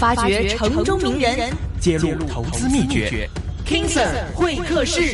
发掘城中名人， 揭露投资秘诀。 King Sir 会客室。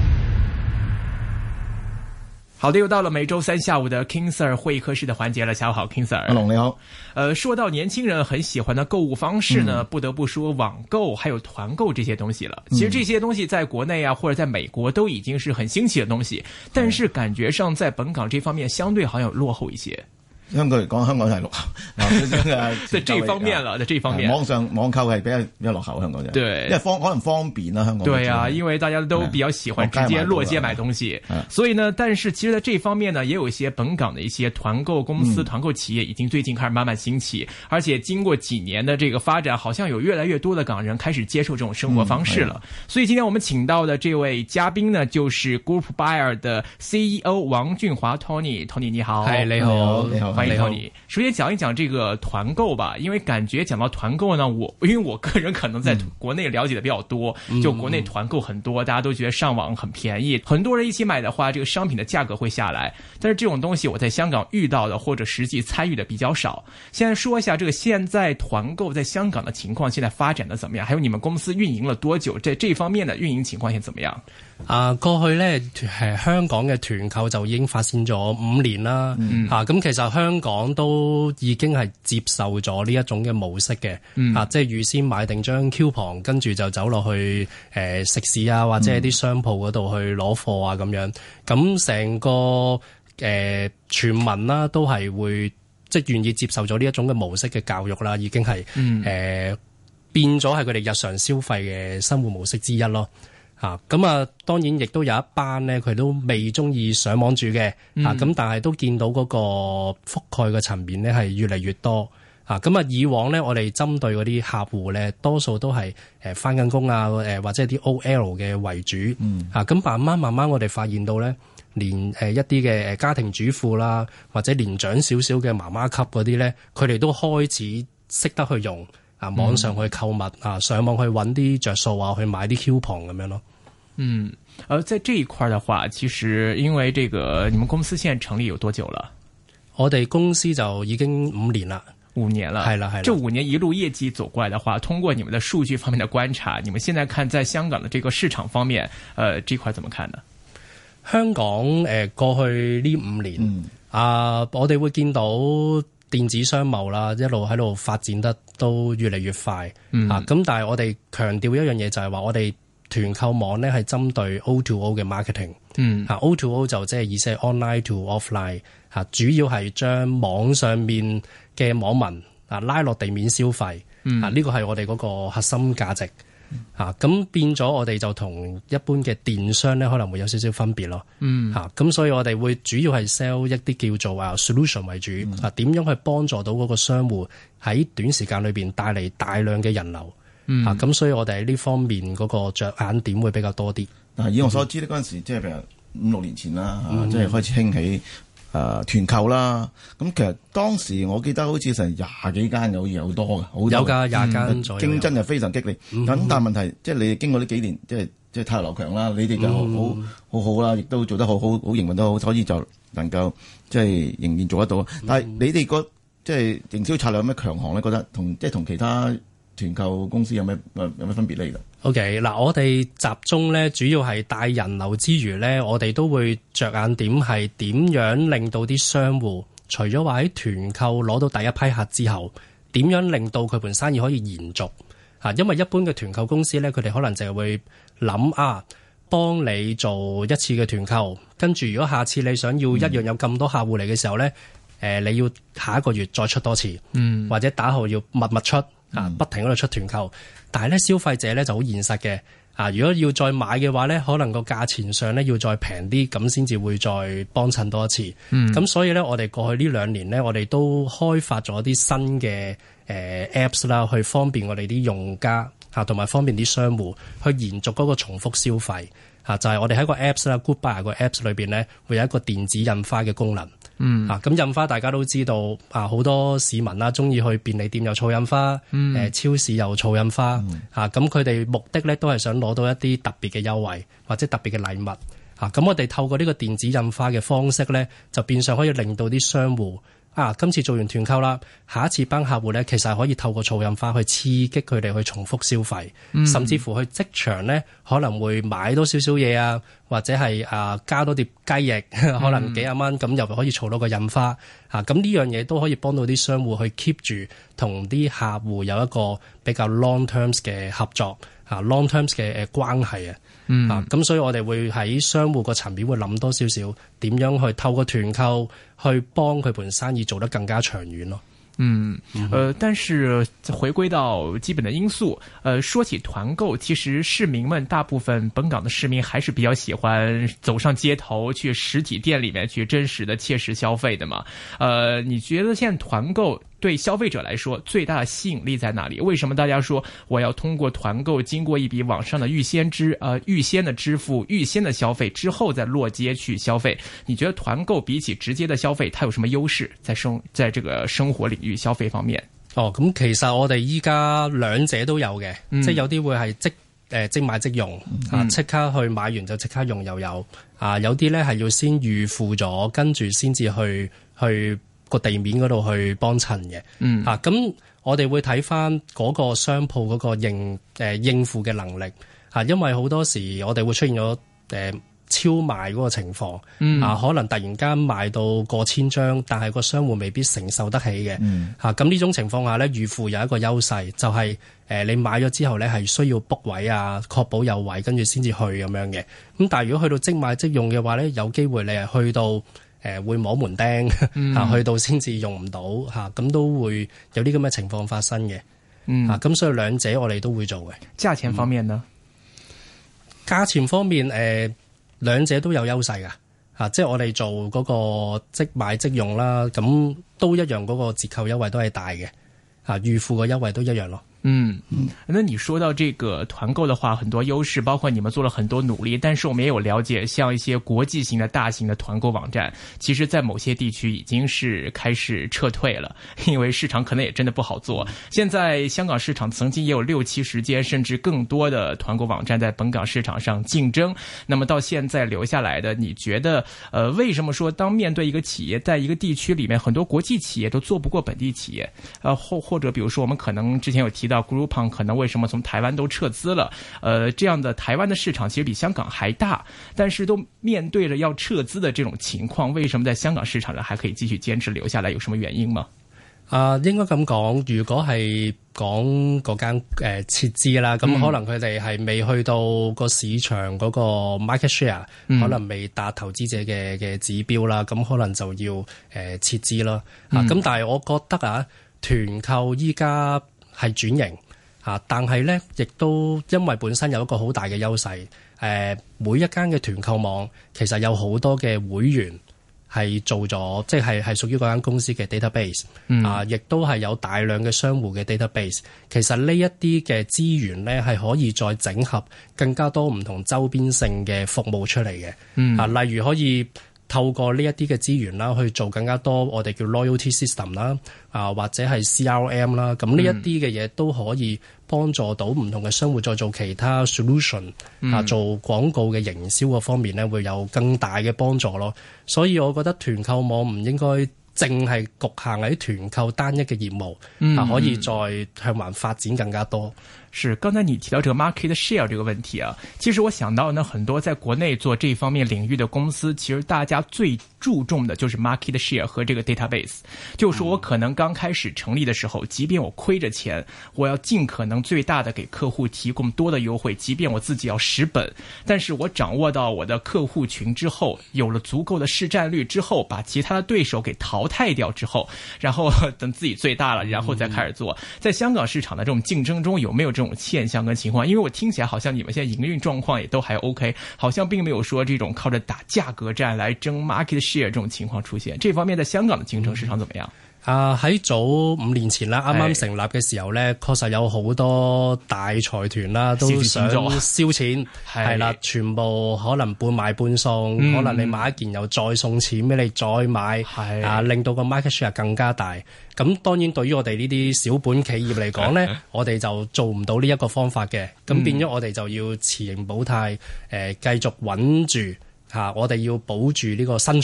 好的，又到了每周三下午的 King Sir 会客室的环节了。下午好 King Sir。 阿龙你好。 说到年轻人很喜欢的购物方式呢，不得不说网购还有团购这些东西了。其实这些东西在国内啊或者在美国都已经是很兴起的东西，但是感觉上在本港这方面相对好像有落後一些。 香港嚟講，香港係落後在這方面了，在這方面， 網購係比較落後，香港就對， 因為可能方便啦，香港對啊，因為大家都比較喜歡直接落街買東西，所以呢，但是其實在這方面呢，也有一些本港的一些團購公司、團購企業已經最近開始慢慢興起，而且經過幾年的這個發展，好像有越來越多的港人開始接受這種生活方式了。所以今天我們請到的這位嘉賓呢，就是 Group Buyer 的 CEO 王俊華 Tony。Tony 你好， 係你好，你好。 歡迎 Tony。首先講一講這個團購吧，因為感覺講到團購呢，因為我個人可能在國內了解的比較多，就國內團購很多，大家都覺得上網很便宜，很多人一起買的話，這個商品的價格會下來。但是這種東西我在香港遇到的或者實際參與的比較少。現在說一下這個現在團購在香港的情況，現在發展的怎麼樣？還有你們公司運營了多久？在這方面的運營情況現在怎麼樣？ 過去呢，香港嘅團購就已經發展咗5年啦。咁其實香港都已經係接受咗呢一種嘅模式嘅。即係預先買定張 coupon，跟住就走落去食肆啊，或者係啲商鋪嗰度去攞貨啊咁樣。咁成個全民啦，都係會即係願意接受咗呢一種嘅模式嘅教育啦，已經係變咗係佢哋日常消費嘅生活模式之一咯。咁啊，當然亦都有一班咧，佢都未中意上網住嘅，咁但係都見到嗰個覆蓋嘅層面咧係越嚟越多。咁啊，以往咧我哋針對嗰啲客戶咧，多數都係返緊工啊，或者係啲 OL 嘅為主。咁慢慢我哋發現到咧，連一啲嘅家庭主婦啦，或者年長少少嘅媽媽級嗰啲咧，佢哋都開始識得去用網上去購物上網去揾啲着數啊，去買啲 coupon 咁樣咯。 在這一塊的話，其實因為這個你們公司現在成立有多久了？ 我哋公司就已經5年啦 ，5年了。係啦。這5年一路業績走過來的話，通過你們的數據方面的觀察，你們現在看在香港的這個市場方面，這塊怎麼看呢？ 香港過去呢5年我哋會見到電子商貿啦，一路喺度發展得都越嚟越快。咁但係我哋強調一樣嘢就係話，我哋團購網咧係針對 O2O 嘅 marketing。O2O 就即係意思係 online to offline。主要係將網上面嘅網民拉落地面消費。呢個係我哋嗰個核心價值。咁變咗我哋就同一般嘅電商咧可能會有少少分別咯。咁所以我哋會主要係 sell 一啲叫做solution 為主。點樣去幫助到嗰個商戶喺短時間裏邊帶嚟大量嘅人流。咁所以我哋喺呢方面嗰個着眼點會比較多啲。 以我所知咧，嗰陣時即係譬如5-6年前啦，即係開始興起團購啦。咁其實當時我記得好似成20幾間，好似有好多嘅，有㗎20間左右，競爭係非常激烈。咁但係問題即係你經過呢幾年，即係汰弱留強啦，你哋就好好啦，亦都做得好好，好營運得好，所以就能夠即係仍然做得到。但係你哋個即係營銷策略有咩強項咧？覺得同其他團購公司有咩分別咧 ？OK， 嗱，我哋集中咧，主要係帶人流之餘咧，我哋都會着眼點係點樣令到啲商戶，除咗話喺團購攞到第一批客之後，點樣令到佢盤生意可以延續？因為一般嘅團購公司咧，佢哋可能就係會諗幫你做一次嘅團購，跟住如果下次你想要一樣有咁多客戶嚟嘅時候咧，你要下一個月再出多次，或者打後要密出。不停喺度出團購，但係咧消費者咧就好現實嘅。如果要再買嘅話咧，可能個價錢上咧要再平啲，咁先至會再幫襯多一次。咁所以咧，我哋過去呢2年咧，我哋都開發咗啲新嘅apps 啦，去方便我哋啲用家同埋方便啲商戶去延續嗰個重複消費。就係我哋喺個 apps 啦 ，Group Buyer 個 apps 裏邊咧，會有一個電子印花嘅功能。咁印花大家都知道好多市民啦，中意去便利店又儲印花，超市又儲印花。咁佢哋目的咧都係想攞到一啲特別嘅優惠或者特別嘅禮物。咁我哋透過呢個電子印花嘅方式咧，就變相可以令到啲商戶今次做完團購啦，下一次班客戶咧，其實係可以透過儲印花去刺激佢哋去重複消費，甚至乎去職場咧可能會買多少少嘢啊，或者係加多碟雞翼，可能幾廿蚊，咁又可以儲到個印花咁呢樣嘢都可以幫到啲商戶去 keep 住同啲客戶有一個比較 long terms 嘅合作long terms 嘅關係咁所以我哋會喺商戶個層面會諗多少少點樣去透過團購去幫佢盤生意做得更加長遠咯。 但是回歸到基本的因素，說起團購，其實市民們大部分本港的市民還是比較喜歡走上街頭去實體店裏面去真實的切實消費的嘛。你覺得現在團購對消費者來說最大的吸引力在哪裡？為什麼大家說我要通過團購經過一筆網上的預先的支付、預先的消費之後再落街去消費？你覺得團購比起直接的消費，它有什麼優勢在這個生活領域消費方面？ 咁其實我哋依家兩者都有嘅，即係有啲會係即買即用即刻去買完就即刻用又有有啲咧係要先預付咗，跟住先至去個地面嗰度去幫襯嘅。咁我哋會睇翻嗰個商鋪嗰個應付嘅能力因為好多時我哋會出現咗超賣嗰個情況可能突然間賣到過千張，但係個商戶未必承受得起嘅咁呢種情況下咧，預付有一個優勢，就係你買咗之後咧係需要 book 位確保有位跟住先至去咁樣嘅。咁但係如果去到即買即用嘅話咧，有機會你係去到會摸門釘去到先至用唔到咁都會有啲咁嘅情況發生嘅咁所以兩者我哋都會做嘅。 價錢方面呢？ 價錢方面兩者都有優勢㗎即係我哋做嗰個即買即用啦，咁都一樣嗰個折扣優惠都係大嘅預付嘅優惠都一樣咯。 那你說到這個團購的話，很多優勢，包括你們做了很多努力，但是我們也有了解，像一些國際型的大型的團購網站，其實在某些地區已經是開始撤退了，因為市場可能也真的不好做。現在香港市場曾經也有60-70間甚至更多的團購網站在本港市場上競爭，那麼到現在留下來的，你覺得為什麼說當面對一個企業在一個地區裡面，很多國際企業都做不過本地企業或者比如說我們可能之前有提到Groupon 可能為什麼從台灣都撤資了？這樣的台灣的市場其實比香港還大，但是都面對着要撤資的這種情況，為什麼在香港市場上還可以繼續堅持留下來？有什麼原因嗎？ 應該咁講，如果係講嗰間撤資啦，咁可能佢哋係未去到個市場嗰個 market share，可能未達投資者嘅指標啦，咁可能就要撤資咯。咁但係我覺得團購依家係轉型但係咧亦都因為本身有一個好大嘅優勢每一間嘅團購網其實有好多嘅會員係做咗，即係屬於嗰間公司嘅 database 亦都係有大量嘅商戶嘅 database。其實呢一啲嘅資源咧係可以再整合更加多唔同周邊性嘅服務出嚟嘅例如可以透過呢一啲嘅資源啦，去做更加多我哋叫 loyalty system 啦，或者係 CRM 啦，咁呢一啲嘅嘢都可以幫助到唔同嘅商戶再做其他 solution，做廣告嘅營銷嗰方面咧，會有更大嘅幫助咯。所以我覺得團購網唔應該淨係局限喺團購單一嘅業務，可以再向環發展更加多。 是，剛才你提到這個 market share 這個問題啊，其實我想到呢，很多在國內做這方面領域的公司，其實大家最注重的就是 market share 和這個 database。就是說我可能剛開始成立的時候，即便我虧着錢，我要盡可能最大的給客戶提供多的優惠，即便我自己要蝕本，但是我掌握到我的客戶群之後，有了足夠的市佔率之後，把其他的對手給淘汰掉之後，然後等自己最大了，然後再開始做。在香港市場的這種競爭中，有沒有這種現象跟情況？因為我聽起來好像你們現在營運狀況也都還 OK， 好像並沒有說這種靠着打價格戰來爭 market share 這種情況出現。這方面在香港的競爭市場怎麼樣？ 喺早5年前啦，啱啱成立嘅時候咧，確實有好多大財團啦，都想燒錢，係啦，全部可能半買半送，可能你買一件又再送錢俾你再買，令到個 market share 更加大。咁當然對於我哋呢啲小本企業嚟講咧，我哋就做唔到呢一個方法嘅，咁變咗我哋就要持盈保泰，繼續穩住我哋要保住呢個生存。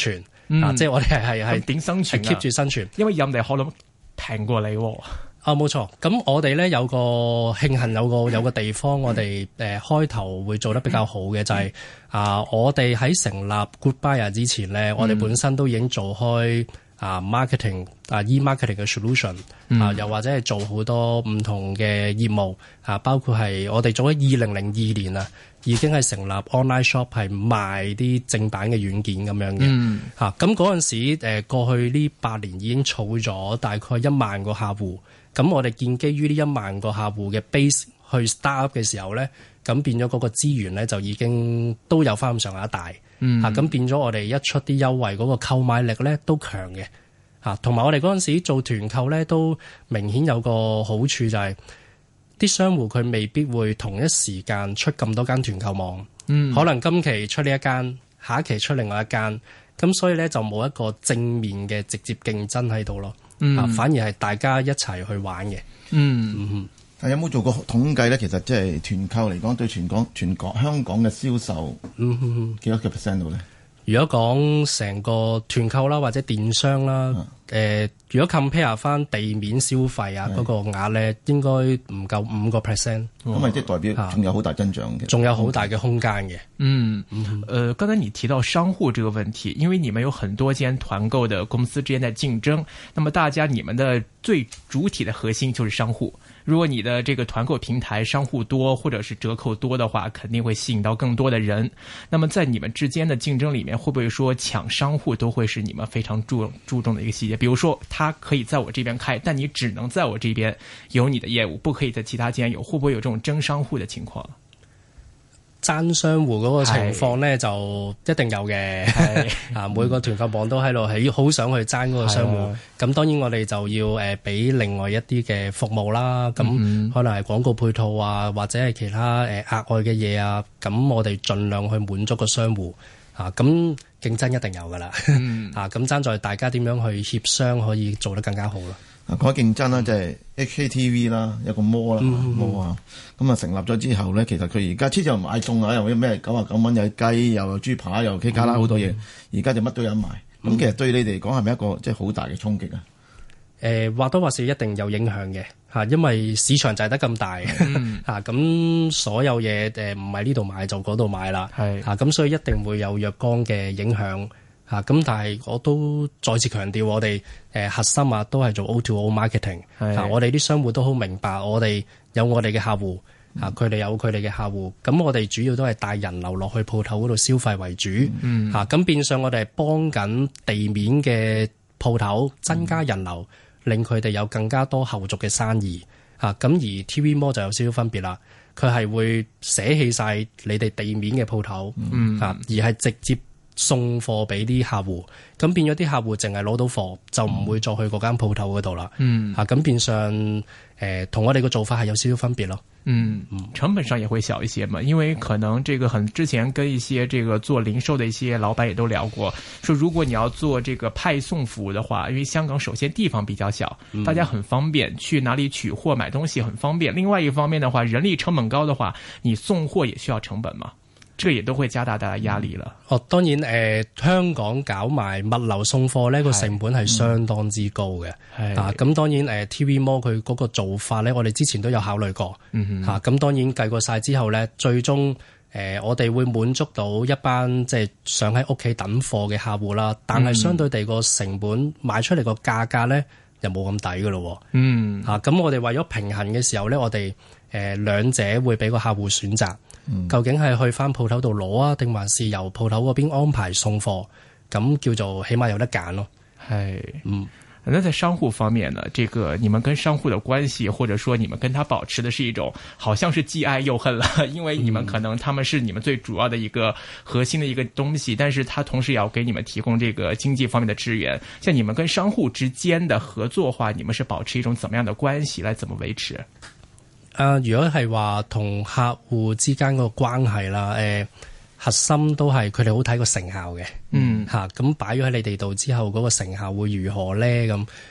即係我哋係點生存 ，keep 住生存， 因為人哋可能平過你。 冇錯。咁我哋咧有個慶幸，有個地方我哋開頭會做得比較好嘅，就係我哋喺成立 Goodbuyer 之前咧，我哋本身都已經做開marketing e-marketing 嘅 solution 又或者係做好多唔同嘅業務包括係我哋做喺2002年已經係成立 online shop 係賣啲正版嘅軟件咁樣嘅咁嗰陣時過去呢8年已經儲咗大概1萬個客戶。咁我哋建基於呢1萬個客戶嘅 base 去 start up 嘅時候咧，咁變咗嗰個資源咧就已經都有翻咁上下大，咁變咗我哋一出啲優惠嗰個購買力咧都強嘅，同埋我哋嗰陣時做團購咧都明顯有個好處就係啲商戶佢未必會同一時間出咁多間團購網，可能今期出呢一間，下一期出另外一間，咁所以咧就冇一個正面嘅直接競爭喺度咯。反而係大家一齊去玩嘅。 但有冇做過統計咧？其實即係團購嚟講，對全港香港嘅銷售，幾多個 percent 度咧？ 如果講成個團購啦，或者電商啦，如果 compare 翻地面消費嗰個額咧，應該唔夠5%。 咁咪即係代表仲有好大增長嘅， 仲有好大嘅空間嘅。 剛才你提到商戶這個問題，因為你們有很多間團購的公司之間在競爭，那麼大家你們的最主體的核心就是商戶。如果你的這個團購平台商戶多，或者是折扣多的話，肯定會吸引到更多的人。那麼在你們之間的競爭裏面，會不會說搶商戶都會是你們非常注重的一個細節？比如說，他可以在我這邊開，但你只能在我這邊有你的業務，不可以在其他間有。會不會有這種爭商戶的情況？ 爭商戶嗰個情況呢，就一定有嘅。每個團購網都喺度好想去爭嗰個商戶。咁當然我哋就要俾另外一啲嘅服務啦。咁可能係廣告配套或者係其他額外嘅嘢咁我哋盡量去滿足個商戶。咁競爭一定有噶啦。咁爭在大家點樣去協商，可以做得更加好啦。 講競爭啦，即係 HKTV 啦，有個摩啦，摩咁成立咗之後咧，其實佢而家之前買餸又有咩99蚊，有雞又有豬扒又有 K 卡啦好多嘢，而家就乜都有賣。咁其實對你哋嚟講係咪一個即係好大嘅衝擊啊？ 或多或少一定有影響嘅因為市場就係得咁大咁所有嘢唔係呢度買就嗰度買啦，咁所以一定會有若干嘅影響。咁但係我都再次強調，我哋核心都係做 O2O marketing。我哋啲商戶都好明白，我哋有我哋嘅客戶，佢哋有佢哋嘅客戶。咁我哋主要都係帶人流落去鋪頭嗰度消費為主。咁變相我哋係幫緊地面嘅鋪頭增加人流，令佢哋有更加多後續嘅生意。咁而 TV Mall 就有少少分別啦，佢係會捨棄晒你哋地面嘅鋪頭，而係直接送貨俾啲客戶，咁變咗啲客戶淨係攞到貨，就唔會再去嗰間鋪頭嗰度啦。咁變相同我哋個做法係有少少分別咯。 成本上也會小一些嘛，因為可能這個之前跟一些這個做零售的一些老闆也都聊過，說如果你要做這個派送服務的話，因為香港首先地方比較小，大家很方便去哪裡取貨買東西很方便。另外一方面的話，人力成本高的話，你送貨也需要成本嘛。這個也都會加大大家壓力啦。 當然香港搞埋物流送貨呢個成本係相當之高嘅。咁當然TV Mall 佢嗰個做法呢，我哋之前都有考慮過。咁當然計過晒之後呢，最終我哋會滿足到一班即係想喺屋企等貨嘅客戶啦。但係相對地個成本賣出嚟個價格呢，又冇咁抵㗎咯。咁我哋為咗平衡嘅時候呢，我哋兩者會俾個客戶選擇。究竟係去翻鋪頭度攞定還是由鋪頭嗰邊安排送貨？咁叫做起碼有得揀咯。 那在商戶方面呢？這個你們跟商戶的關係，或者說你們跟他保持的是一種，好像是既愛又恨了。因為你們可能他們是你們最主要的一個核心的一個東西，但是他同時也要給你們提供這個經濟方面的支援。像你們跟商戶之間的合作話，你們是保持一種怎麼樣的關係來怎麼維持？ 如果係話同客戶之間個關係啦，核心都係佢哋好睇個成效嘅。咁擺咗喺你哋度之後，嗰個成效會如何咧？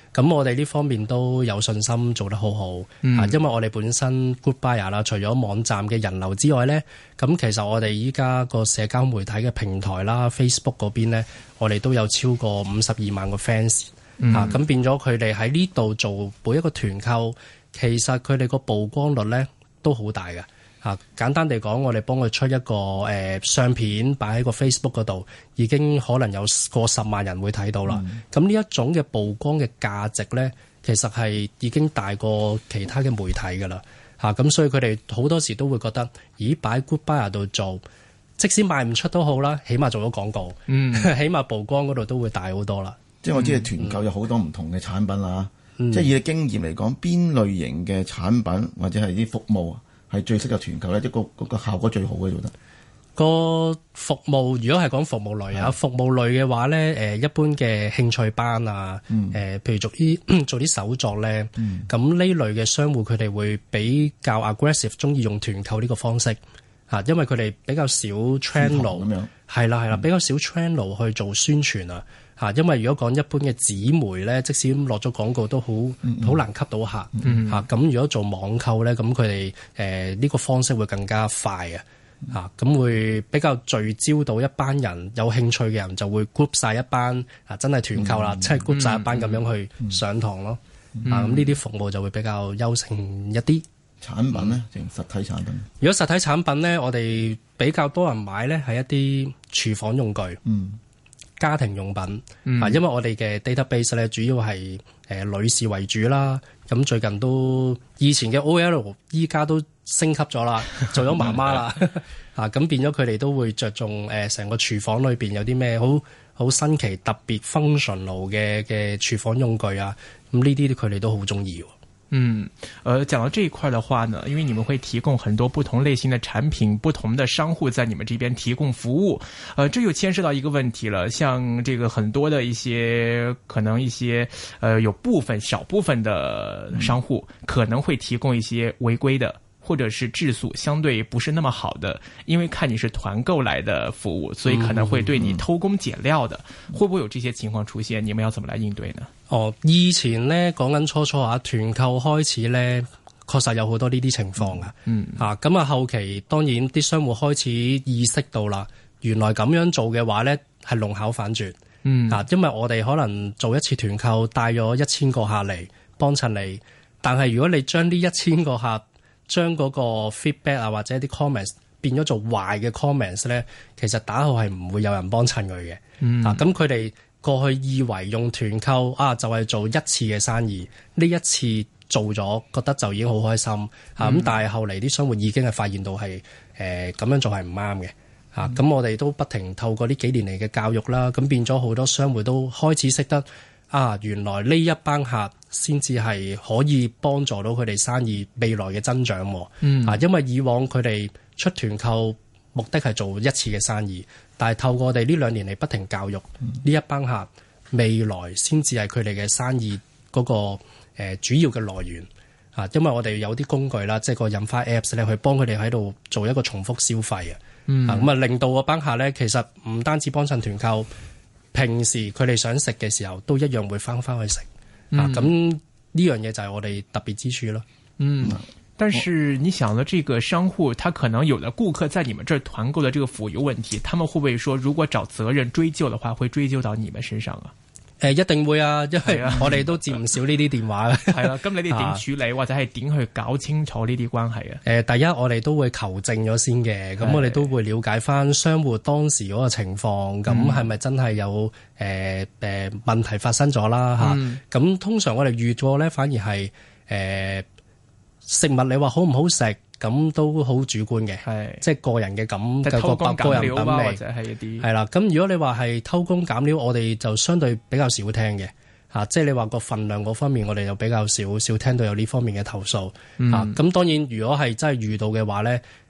咁我哋呢方面都有信心做得好好，因為我哋本身 Goodbuyer 啦，除咗網站嘅人流之外咧，咁其實我哋依家個社交媒體嘅平台啦 Facebook 嗰邊咧，我哋都有超過52萬個 fans，咁變咗佢哋喺呢度做每一個團購，其實佢哋個曝光率咧都好大嘅。簡單地講，我哋幫佢出一個相片擺喺個 Facebook 嗰度，已經可能有過10萬人會睇到啦。咁呢一種嘅曝光嘅價值咧，其實係已經大過其他嘅媒體噶啦。咁所以佢哋好多時都會覺得，咦，擺 Goodbuyer 度做，即使賣唔出都好啦，起碼做咗廣告，起碼曝光嗰度都會大好多啦。 即係我知係團購有好多唔同嘅產品啦，即係以你經驗嚟講，邊類型嘅產品或者係啲服務係最適合團購咧，即係個效果最好嘅做得。 個服務如果係講服務類啊，服務類嘅話咧，一般嘅興趣班啊，譬如做啲手作咧，咁呢類嘅商戶佢哋會比較 aggressive， 中意用團購呢個方式因為佢哋比較少 channel， 係啦，比較少 channel 去做宣傳啊。因為如果講一般嘅紙媒咧，即使落咗廣告都好難吸到客咁如果做網購咧，咁佢哋呢個方式會更加快咁會比較聚焦到一班人有興趣嘅人，就會 group 晒一班真係團購啦，即係 group 晒一班咁樣去上堂咯。咁呢啲服務就會比較優勝一啲。 產品咧，定實體產品？ 如果實體產品咧，我哋比較多人買咧係一啲廚房用具。家庭用品因為我哋嘅 database 咧主要係女士為主啦，咁最近都以前嘅 OL 依家都升級咗啦，做咗媽媽啦，咁變咗佢哋都會着重成個廚房裏邊有啲咩好新奇特別 functional 嘅廚房用具啊，咁呢啲佢哋都好中意。 講到這一塊的話呢，因為你們會提供很多不同類型的產品，不同的商戶在你們這邊提供服務，這又牽涉到一個問題了。像這個很多的一些可能一些有少部分的商戶可能會提供一些違規的，或者是質素相對不是那麼好的，因為看你是團購來的服務，所以可能會對你偷工減料的，會不會有這些情況出現？你們要怎麼來應對呢？ 以前呢講緊初團購開始呢，確實有好多呢啲情況咁後期當然啲商戶開始意識到啦，原來咁樣做嘅話呢係弄巧反拙。因為我哋可能做一次團購帶咗1000個客嚟幫襯你，但係如果你將呢1000個客將嗰個 feedback 或者啲 comments 變咗做壞嘅 comments 咧，其實打後係唔會有人幫襯佢嘅。咁佢哋過去以為用團購就係做一次嘅生意，呢一次做咗覺得就已經好開心咁但係後嚟啲商戶已經係發現到係咁樣做係唔啱嘅咁我哋都不停透過呢幾年嚟嘅教育啦，咁變咗好多商戶都開始識得原來呢一班客先至係可以幫助到佢哋生意未來嘅增長因為以往佢哋出團購目的係做一次嘅生意，但係透過我哋呢2年嚟不停教育呢一班客，未來先至係佢哋嘅生意嗰個主要嘅來源因為我哋有啲工具啦，即係個印花 Apps 咧，去幫佢哋喺度做一個重複消費咁令到嗰班客咧，其實唔單止幫襯團購，平時佢哋想食嘅時候都一樣會翻去食咁呢樣嘢就係我哋特別之處咯。 但是你想了這個商戶，他可能有的顧客在你們這兒團購的這個服務有問題，他們會不會說如果找責任追究的話，會追究到你們身上啊？ 一定會因為我哋都接唔少呢啲電話嘅。係啦，咁你哋點處理或者係點去搞清楚呢啲關係啊？第一我哋都會求證咗先嘅，咁我哋都會了解翻商戶當時嗰個情況，咁係咪真係有問題發生咗啦？咁通常我哋遇過咧，反而係食物你話好唔好食，咁都好主觀嘅，即係個人嘅偷工減料品味或者係一啲係啦。咁如果你話係偷工減料，我哋就相對比較少聽嘅即係你話個份量嗰方面，我哋就比較少聽到有呢方面嘅投訴咁當然，如果係真係遇到嘅話咧，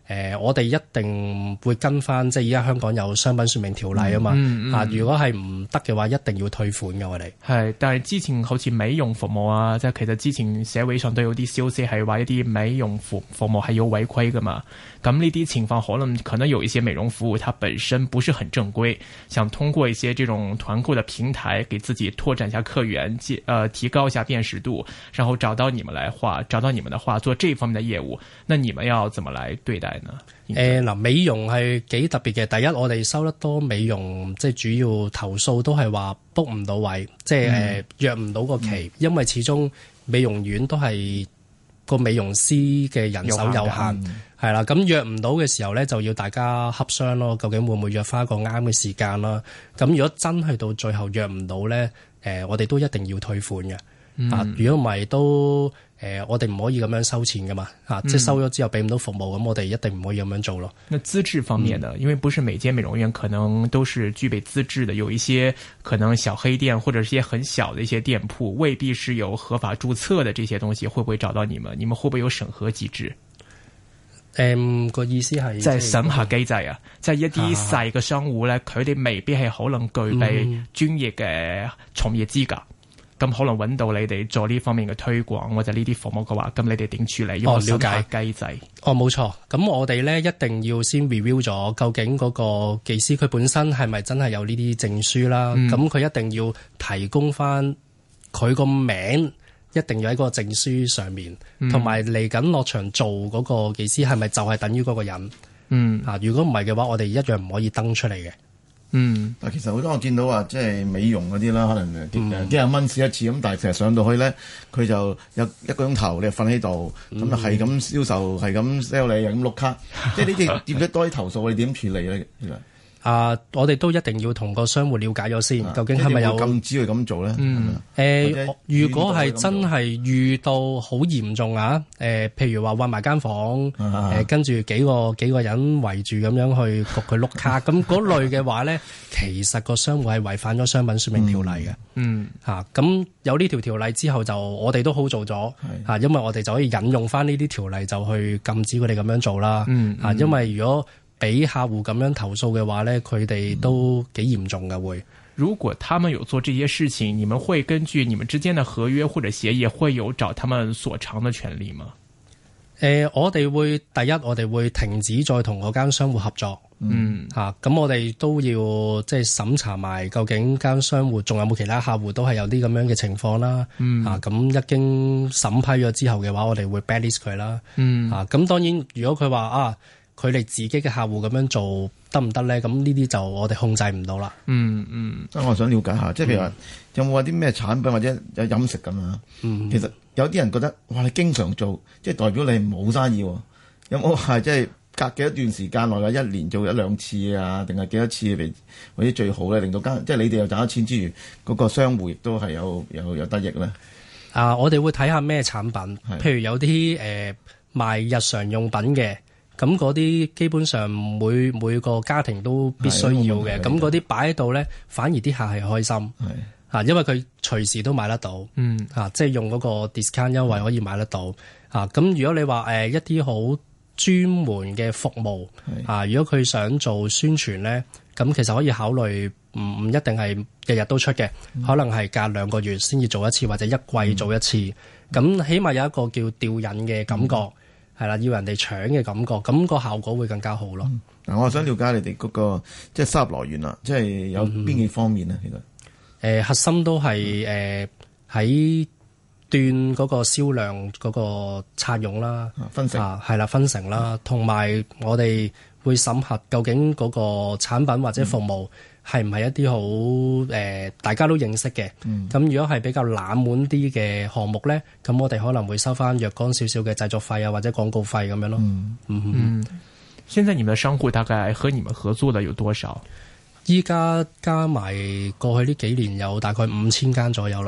我哋一定會跟翻，即係而家香港有商品說明條例啊嘛，如果係唔得嘅話，一定要退款嘅我哋。 係，但係之前好似美容服務啊，即係其實之前社會上都有啲消息係話一啲美容服務係有違規噶嘛。咁呢啲情況可能有一些美容服務，它本身不是很正規，想通過一些這種團購的平台，給自己拓展一下客源，提高一下辨識度，然後找到你們的話做這方面的業務，那你們要怎麼來對待？ 美容係幾特別嘅。第一，我哋收得多美容，即係主要投訴都係話 book 唔到位，即係約唔到個期，因為始終美容院都係個美容師嘅人手有限，係啦。咁約唔到嘅時候咧，就要大家洽商咯。究竟會唔會約翻一個啱嘅時間啦？咁如果真係到最後約唔到咧，我哋都一定要退款嘅。如果唔係都我哋唔可以咁樣收錢噶嘛，即係收咗之後俾唔到服務，咁我哋一定唔可以咁樣做咯。 那資質方面呢？因為不是每間美容院可能都是具備資質的，有一些可能小黑店或者是一些很小的一些店鋪，未必是有合法註冊的這些東西，會不會找到你們？你們會不會有審核機制？ 個意思係即係審核機制啊，即係一啲細嘅商戶咧，佢哋未必係可能具備專業嘅從業資格。咁可能揾到你哋做呢方面嘅推廣或者呢啲服務嘅話，咁你哋點處理？ 了解機制。 冇錯。咁我哋咧一定要先 review 咗，究竟嗰個技師佢本身係咪真係有呢啲證書啦？咁佢一定要提供翻佢個名，一定要喺嗰個證書上面，同埋嚟緊落場做嗰個技師係咪就係等於嗰個人？如果唔係嘅話，我哋一樣唔可以登出嚟嘅。 但其實好多我見到話，即係美容嗰啲啦，可能幾廿蚊試一次咁，但係其實上到去咧，佢就有一個鐘頭，你就瞓喺度，咁就係咁銷售，係咁 sell 你，又咁碌卡，即係呢啲接得多啲投訴，你點處理咧？其實我哋都一定要同個商戶了解咗先，究竟係咪有禁止佢咁做咧？ 如果係真係遇到好嚴重譬如話搵埋間房，跟住幾個人圍住咁樣去焗佢碌卡，咁嗰類嘅話咧，其實個商戶係違反咗商品說明條例嘅。咁有呢條條例之後，就我哋都好做咗，因為我哋就可以引用翻呢啲條例，就去禁止佢哋咁樣做啦。因為如果俾客戶咁樣投訴嘅話呢，佢哋都幾嚴重嘅會。 如果他們有做這些事情，你們會根據你們之間的合約或者協議，會有找他們索償的權利嗎？ 我哋會停止再同嗰間商戶合作。咁我哋都要即係審查埋究竟間商戶仲有冇其他客戶都係有啲咁樣嘅情況啦。咁一經審批咗之後嘅話，我哋會 blacklist 佢啦。咁當然如果佢話佢哋自己嘅客戶咁樣做得唔得咧？咁呢啲就我哋控制唔到啦。 我想了解下，即係譬如話有冇話啲咩產品或者有飲食咁啊？其實有啲人覺得哇，你經常做，即係代表你冇生意喎。有冇係即係隔幾多段時間內啊？一年做一兩次啊，定係幾多次嚟或者最好咧？令到即係你哋又賺咗錢之餘，嗰個商戶亦都係有得益咧。 我哋會睇下咩產品，譬如有啲賣日常用品嘅。咁嗰啲基本上每個家庭都必須要嘅，咁嗰啲擺喺度咧，反而啲客係開心，因為佢隨時都買得到，即係用嗰個 discount 優惠可以買得到，咁如果你話一啲好專門嘅服務，如果佢想做宣傳咧，咁其實可以考慮唔一定係日日都出嘅，可能係隔2個月先至做一次，或者一季做一次，咁起碼有一個叫吊引嘅感覺。係啦，要人哋搶嘅感覺，咁個效果會更加好咯。 我想了解你哋嗰個即係收入來源啦，即係有邊幾方面呢？其實核心都係喺斷嗰個銷量嗰個拆傭啦， 分成係啦，分成啦，同埋我哋會審核究竟嗰個產品或者服務係唔係一啲好大家都認識嘅。咁如果係比較冷門啲嘅項目咧，咁我哋可能會收翻若干少少嘅製作費啊，或者廣告費咁樣咯。 現在你們的商戶大概和你們合作的有多少？ 依家加埋過去呢幾年有大概5000間左右啦。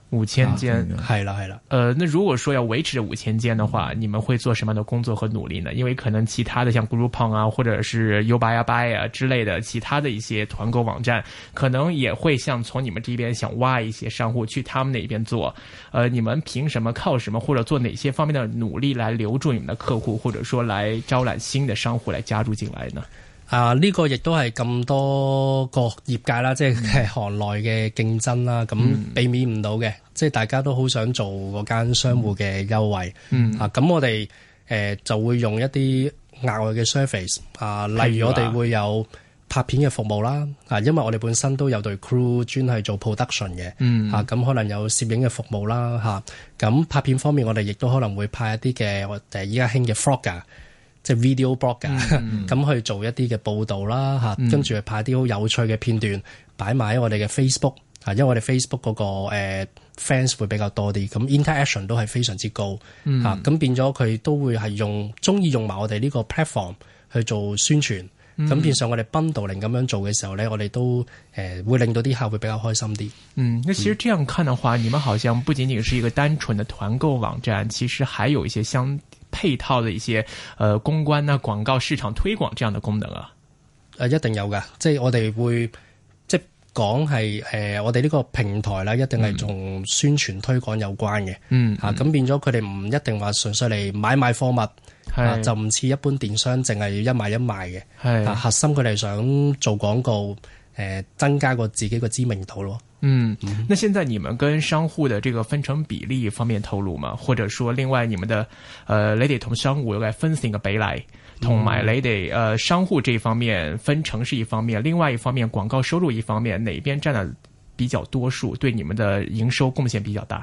5000間， 係啦。 那如果說要維持這5000間的話，你們會做什麼樣的工作和努力呢？因為可能其他的像 Groupon 啊，或者是 YouBuy啊之類的其他的一些團購網站，可能也會像從你們這邊想挖一些商戶去他們那邊做。你們憑什麼、靠什麼，或者做哪些方面的努力來留住你們的客戶，或者說來招攬新的商戶來加入進來呢？ 呢個亦都係咁多個業界啦，即係行內嘅競爭啦，咁避免唔到嘅，即係大家都好想做嗰間商戶嘅優惠。咁我哋就會用一啲額外嘅 service 例如我哋會有拍片嘅服務啦，因為我哋本身都有隊 crew 專係做 production 嘅，咁可能有攝影嘅服務啦，咁拍片方面我哋亦都可能會拍一啲嘅依家興嘅 vlogger。即係 video blog 咁去做一啲嘅報導啦，跟住拍啲好有趣嘅片段擺埋喺我哋嘅 Facebook，因為我哋 Facebook 嗰個fans 會比較多啲，咁 interaction 都係非常之高，咁變咗佢都會係鍾意用埋我哋呢個 platform 去做宣傳，咁變相我哋 bundling 咁樣做嘅時候咧，我哋都會令到啲客會比較開心啲。 那其實這樣看的話，你們好像不僅僅是一個單純的團購網站，其實還有一些配套的一些公關啊、廣告、市場推廣這樣的功能啊。 一定有㗎，即係我哋會即係講係我哋呢個平台啦，一定係同宣傳推廣有關嘅。咁變咗佢哋唔一定話純粹嚟買貨物，就唔似一般電商淨係一買一賣嘅。核心佢哋想做廣告，增加個自己個知名度咯。 那現在你們跟商戶的這個分成比例方面透露嗎？或者說另外你們的你哋同商戶嘅分成嘅比例，同埋你哋商戶這一方面分成是一方面，另外一方面廣告收入一方面，哪邊佔得比較多數，對你們的營收貢獻比較大？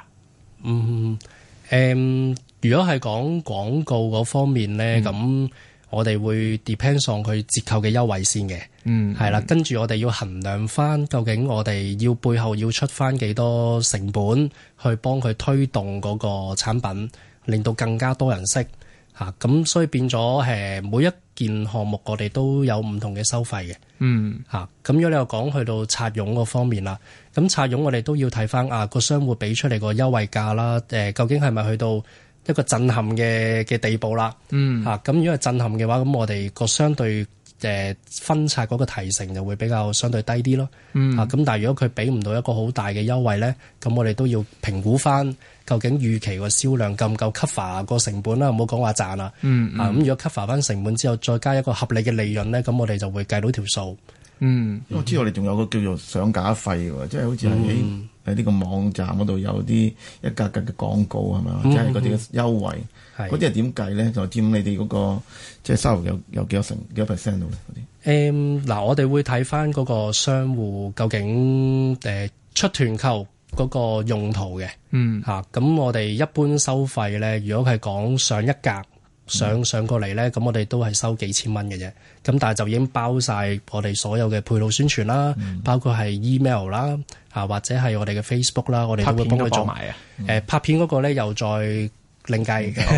如果係講廣告嗰方面呢，咁我哋會 depends on 佢折扣嘅優惠先嘅，係啦，跟住我哋要衡量翻究竟我哋要背後要出翻幾多成本去幫佢推動嗰個產品，令到更加多人識嚇，咁所以變咗每一件項目我哋都有唔同嘅收費嘅，咁如果你又講去到拆傭嗰方面啦，咁拆傭我哋都要睇翻個商戶俾出嚟個優惠價啦，究竟係咪去到一個震撼嘅地步啦，咁如果係震撼嘅話，咁我哋個相對分拆嗰個提成就會比較相對低啲咯，咁但係如果佢俾唔到一個好大嘅優惠咧，咁我哋都要評估翻究竟預期個銷量夠唔夠 cover 個成本啦，唔好講話賺啦，咁如果 cover 翻成本之後，再加一個合理嘅利潤咧，咁我哋就會計到條數。 我知道你仲有個叫做上架費喎，即係好似喺呢個網站嗰度有啲一格格嘅廣告係咪？即係嗰啲嘅優惠，嗰啲係點計咧？就佔你哋嗰個即係收入有幾多%度咧？嗰啲嗱，我哋會睇翻嗰個商戶究竟出團購嗰個用途嘅，咁我哋一般收費咧，如果係講上一格。上過嚟咧，咁我哋都係收幾千蚊嘅啫。咁但係就已經包晒我哋所有嘅配套宣傳啦，包括係 email 啦，或者係我哋嘅 Facebook 啦，我哋都會幫佢做埋啊。拍片嗰個咧又再另計嘅，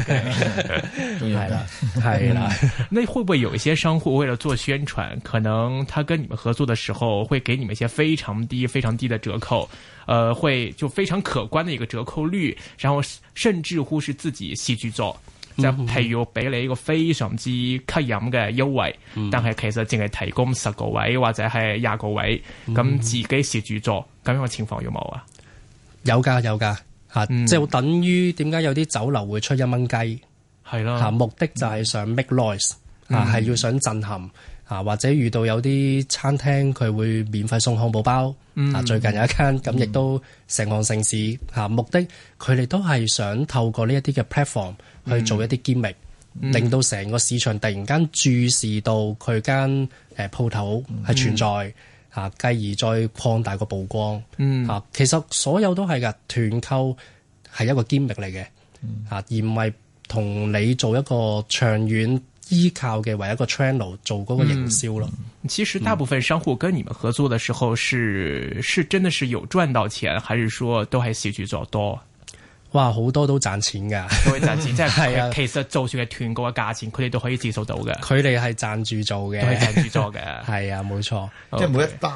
係啦。 那會不會有一些商戶為了做宣傳，可能他跟你們合作的時候，會給你們一些非常低的折扣，會就非常可觀的一個折扣率，然後甚至乎是自己戲劇做。就譬如俾你一個非常之吸引嘅優惠，但係其實淨係提供10個位或者係20個位，咁自己蝕住做，咁樣嘅情況有冇啊？ 有㗎即係等於點解有啲酒樓會出1蚊雞，係咯，目的就係想 make noise，係要想震撼。或者遇到有啲餐廳佢會免費送漢堡包，最近有一間咁亦都成行成市，目的佢哋都係想透過呢一啲嘅 platform 去做一啲 gimmick，令到成個市場突然間注視到佢間鋪頭係存在，繼而再擴大個曝光。其實所有都係㗎，團購係一個 gimmick 嚟嘅，而唔係同你做一個長遠依靠嘅為一個 channel 做嗰個營銷咯。 其實大部分商戶跟你們合作的時候是真的是有賺到錢，還是說都係戲劇做多？ 哇，好多都賺錢㗎， 都會賺錢，即係其實就算係團購嘅價錢，佢哋都可以接受到嘅。 佢哋係賺住做嘅， 都係賺住做嘅。 係啊，冇錯。 即係每一單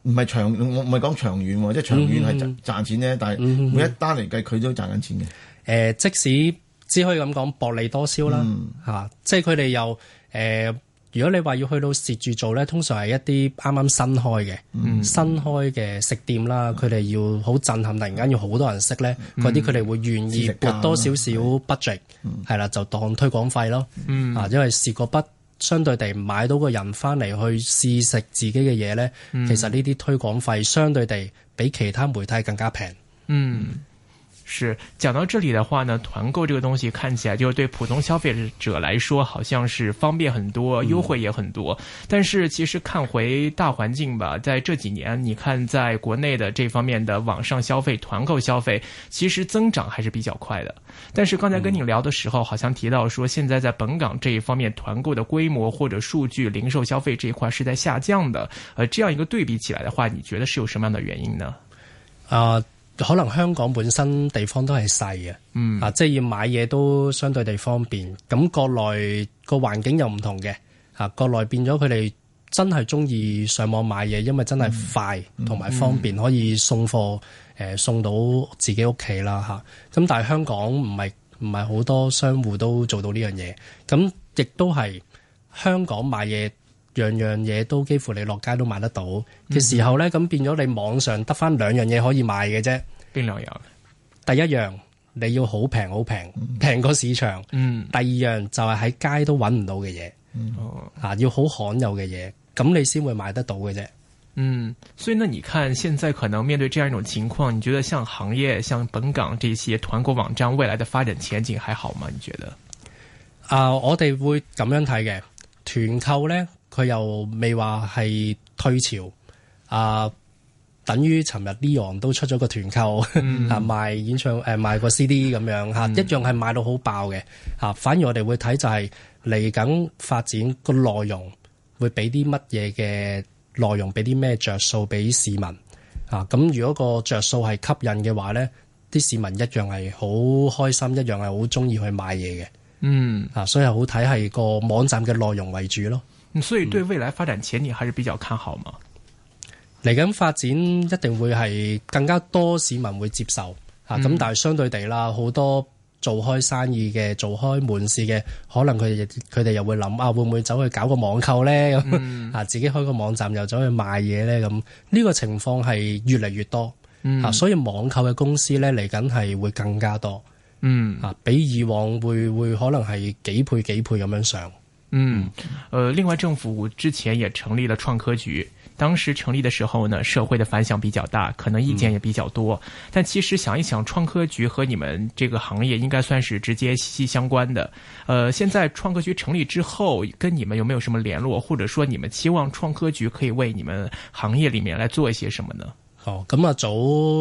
唔係長，我唔係講長遠喎，即係長遠係賺錢啫，但係每一單嚟計佢都賺緊錢嘅。 即使只可以咁講，薄利多銷啦，即係佢哋又如果你話要去到蝕住做咧，通常係一啲啱啱新開嘅食店啦，佢哋要好震撼，突然間要好多人識咧，嗰啲佢哋會願意撥多少少 budget， 係啦，就當推廣費咯，因為蝕個筆，相對地買到個人翻嚟去試食自己嘅嘢咧，其實呢啲推廣費相對地比其他媒體更加平。 是，講到這裡的話呢，團購這個東西看起來就是對普通消費者來說好像是方便很多，優惠也很多，但是其實看回大環境吧，在這幾年你看在國內的這方面的網上消費、團購消費其實增長還是比較快的，但是剛才跟你聊的時候好像提到說現在在本港這一方面團購的規模或者數據、零售消費這一塊是在下降的，這樣一個對比起來的話，你覺得是有什麼樣的原因呢？ 可能香港本身地方都係細嘅，即係要買嘢都相對地方便。咁國內個環境又唔同嘅，國內變咗佢哋真係中意上網買嘢，因為真係快同埋方便，可以送貨送到自己屋企啦嚇。咁但係香港唔係好多商戶都做到呢樣嘢，咁亦都係香港買嘢。樣樣嘢都幾乎你落街都買得到嘅時候咧，咁變咗你網上得翻兩樣嘢可以買嘅啫。 邊兩樣？ 第一樣你要好平好平，平過市場。第二樣就係喺街都揾唔到嘅嘢，要好罕有嘅嘢，咁你先會買得到嘅啫。 所以呢，你看現在可能面對這樣一種情況，你覺得像行業、像本港這些團購網站未來的發展前景還好嗎？你覺得？ 我哋會咁樣睇嘅，團購咧。佢又未話係退潮，等於尋日 Leon 都出咗個團購，賣演唱賣個 CD 咁樣一樣係賣到好爆嘅，反而我哋會睇就係嚟緊發展個內容會俾啲乜嘢嘅內容，俾啲咩着數俾市民咁如果個着數係吸引嘅話咧，啲市民一樣係好開心，一樣係好中意去買嘢嘅，所以好睇係個網站嘅內容為主咯。 所以對未來發展前景還是比較看好嘛？ 嚟緊發展一定會係更加多市民會接受咁但係相對地啦，好多做開生意嘅、做開門市嘅，可能佢哋又會諗會唔會走去搞個網購咧？自己開個網站又走去賣嘢咧？咁呢個情況係越嚟越多所以網購嘅公司咧嚟緊係會更加多比以往會可能係幾倍咁樣上。 另外政府之前也成立了創科局，當時成立的時候呢，社會的反響比較大，可能意見也比較多。但其實想一想，創科局和你們這個行業應該算是直接息息相關的。現在創科局成立之後，跟你們有沒有什麼聯絡，或者說你們期望創科局可以為你們行業裏面來做一些什麼呢？ 咁早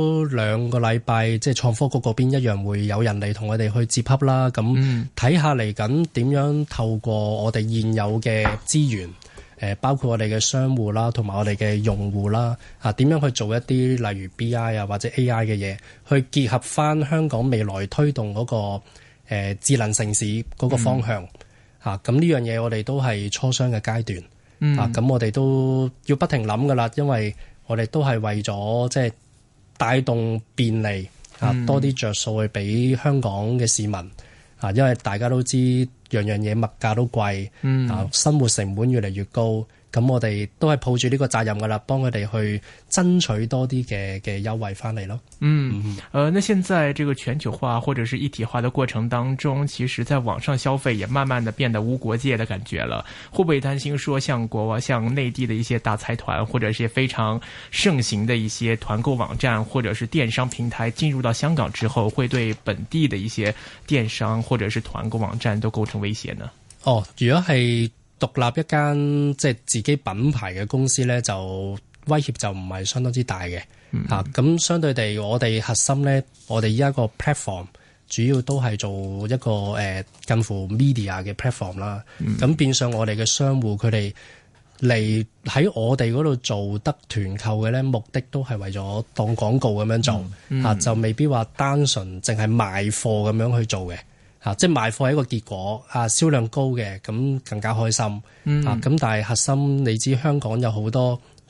2個禮拜，即係創科局嗰邊一樣會有人嚟同我哋去接洽啦。咁睇下嚟緊點樣透過我哋現有嘅資源，包括我哋嘅商戶啦，同埋我哋嘅用戶啦，點樣去做一啲例如 BI 或者 AI 嘅嘢，去結合翻香港未來推動嗰個智能城市嗰個方向。咁呢樣嘢我哋都係初商嘅階段。咁我哋都要不停諗噶啦，因為我哋都係為咗即係帶動便利多啲着數去俾香港嘅市民因為大家都知樣樣嘢物價都貴生活成本越嚟越高，咁我哋都係抱住呢個責任噶啦，幫佢哋去爭取多啲嘅優惠翻嚟咯。 那現在這個全球化或者是一體化的過程當中，其實在網上消費也慢慢的變得無國界的感覺了。會不會擔心說像像內地的一些大財團或者是非常盛行的一些團購網站或者是電商平台進入到香港之後，會對本地的一些電商或者是團購網站都構成威脅呢？ 如果係獨立一間即係自己品牌嘅公司咧，就威脅就唔係相當之大嘅。咁相對地，我哋核心咧，我哋依家個 platform 主要都係做一個近乎 media 嘅 platform 啦。咁變相我哋嘅商戶佢哋嚟喺我哋嗰度做得團購嘅咧，目的都係為咗當廣告咁樣做就未必話單純淨係賣貨咁樣去做嘅。即係賣貨係一個結果銷量高嘅，咁更加開心咁但係核心你知香港有好多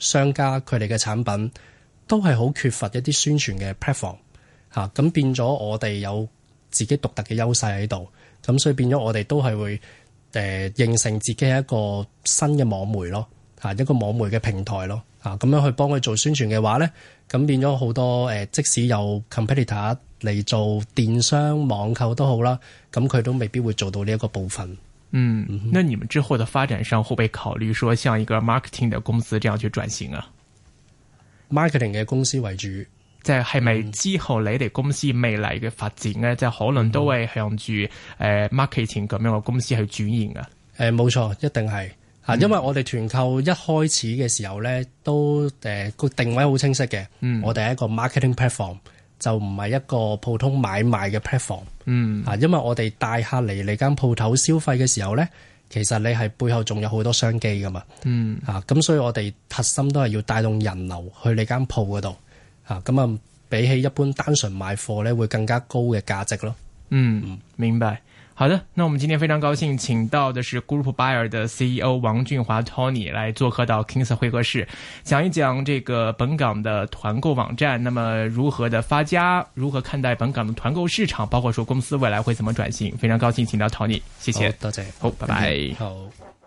商家佢哋嘅產品都係好缺乏一啲宣傳嘅 platform 嚇，咁變咗我哋有自己獨特嘅優勢喺度，咁所以變咗我哋都係會形成自己係一個新嘅網媒咯嚇，一個網媒嘅平台咯嚇，咁樣去幫佢做宣傳嘅話咧，咁變咗好多即使有 competitor 嚟做電商網購都好啦，咁佢都未必會做到呢一個部分。 那你們之後的發展上會不會考慮說像一個 marketing 的公司這樣去轉型啊？ marketing 嘅公司為主， 即係咪之後你哋公司未來嘅發展咧，即係可能都會向住marketing 咁樣嘅公司去轉型啊？ 冇錯，一定係嚇，因為我哋團購一開始嘅時候咧，都個定位好清晰嘅，我哋係一個 marketing platform。就唔係一個普通買賣嘅 platform，因為我哋帶客嚟你間鋪頭消費嘅時候咧，其實你係背後仲有好多商機噶嘛，咁所以我哋核心都係要帶動人流去你間鋪嗰度，咁啊比起一般單純買貨咧，會更加高嘅價值咯。 明白。好的，那我們今天非常高興請到的是 Group Buyer 的 CEO 王俊華 Tony 來做客到 King Sir 會客室，講一講這個本港的團購網站，那麼如何的發家，如何看待本港的團購市場，包括說公司未來會怎麼轉型。非常高興請到 Tony，謝謝， 多謝， 好，拜拜。 好。